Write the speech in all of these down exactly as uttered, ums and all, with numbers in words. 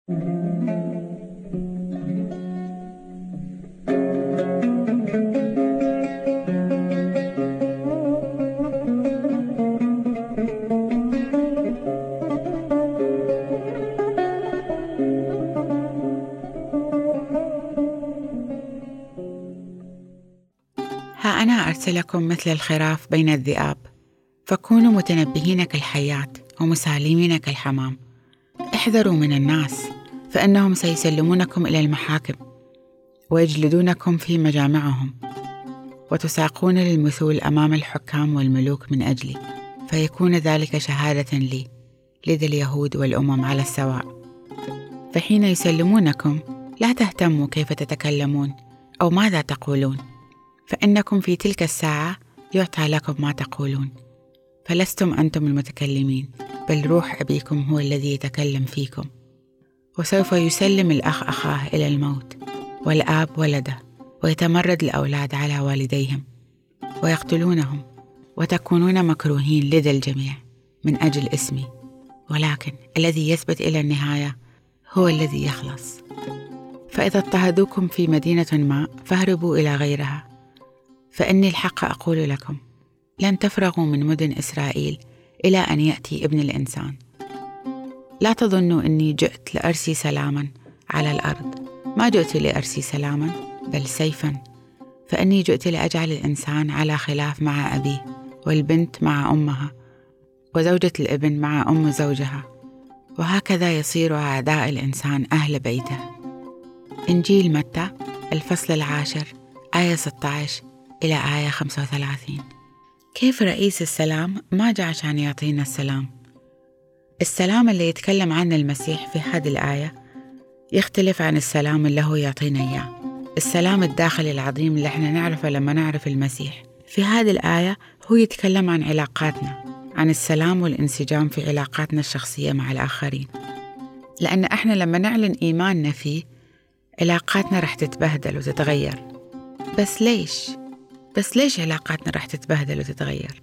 ها أنا أرسلكم مثل الخراف بين الذئاب، فكونوا متنبهين كالحيات ومسالمين كالحمام. احذروا من الناس، فإنهم سيسلمونكم إلى المحاكم ويجلدونكم في مجامعهم، وتساقون للمثول أمام الحكام والملوك من أجلي، فيكون ذلك شهادة لي لدى اليهود والأمم على السواء. فحين يسلمونكم لا تهتموا كيف تتكلمون أو ماذا تقولون، فإنكم في تلك الساعة يعطى لكم ما تقولون، فلستم أنتم المتكلمين، بل روح أبيكم هو الذي يتكلم فيكم. وسوف يسلم الأخ أخاه إلى الموت، والآب ولده، ويتمرد الأولاد على والديهم ويقتلونهم، وتكونون مكروهين لدى الجميع من أجل اسمي، ولكن الذي يثبت إلى النهاية هو الذي يخلص. فإذا اضطهدوكم في مدينة ما فاهربوا إلى غيرها، فإني الحق أقول لكم لن تفرغوا من مدن إسرائيل إلى أن يأتي ابن الإنسان. لا تظنوا أني جئت لأرسي سلاما على الأرض، ما جئت لأرسي سلاما بل سيفا، فإني جئت لأجعل الإنسان على خلاف مع أبيه، والبنت مع أمها، وزوجة الابن مع أم زوجها، وهكذا يصير أعداء الإنسان أهل بيته. إنجيل متى الفصل العاشر آية ستة عشر إلى آية خمسة وثلاثين. كيف رئيس السلام ما جاء عشان يعطينا السلام؟ السلام اللي يتكلم عنه المسيح في هذه الآية يختلف عن السلام اللي هو يعطينا إياه، السلام الداخلي العظيم اللي احنا نعرفه لما نعرف المسيح. في هذه الآية هو يتكلم عن علاقاتنا، عن السلام والانسجام في علاقاتنا الشخصية مع الآخرين، لأن احنا لما نعلن إيماننا فيه علاقاتنا رح تتبهدل وتتغير. بس ليش؟ بس ليش علاقاتنا رح تتبهدل وتتغير؟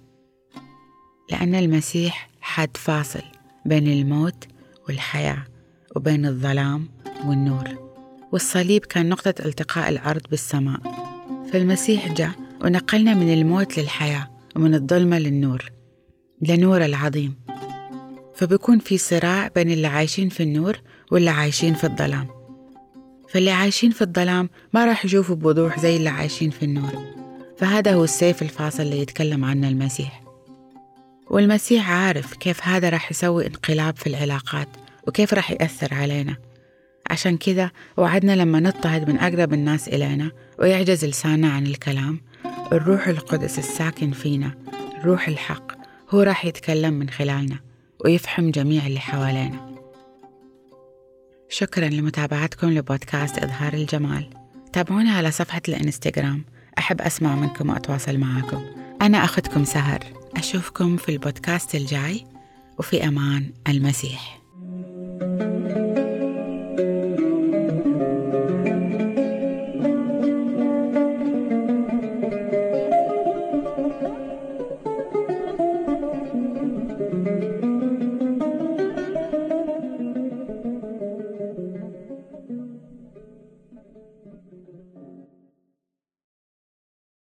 لأن المسيح حد فاصل بين الموت والحياة، وبين الظلام والنور، والصليب كان نقطة التقاء الأرض بالسماء. فالمسيح جاء ونقلنا من الموت للحياة، ومن الظلمة للنور، لنور العظيم. فبيكون في صراع بين اللي عايشين في النور واللي عايشين في الظلام. فاللي عايشين في الظلام ما راح يشوفوا بوضوح زي اللي عايشين في النور. فهذا هو السيف الفاصل اللي يتكلم عنه المسيح. والمسيح عارف كيف هذا راح يسوي انقلاب في العلاقات، وكيف راح يأثر علينا. عشان كذا وعدنا لما نضطهد من أقرب الناس إلينا ويعجز لساننا عن الكلام، الروح القدس الساكن فينا، روح الحق، هو راح يتكلم من خلالنا ويفهم جميع اللي حوالينا. شكرا لمتابعتكم لبودكاست إظهار الجمال. تابعونا على صفحة الإنستغرام، أحب أسمع منكم وأتواصل معكم. أنا أخذكم سهر، أشوفكم في البودكاست الجاي، وفي أمان المسيح.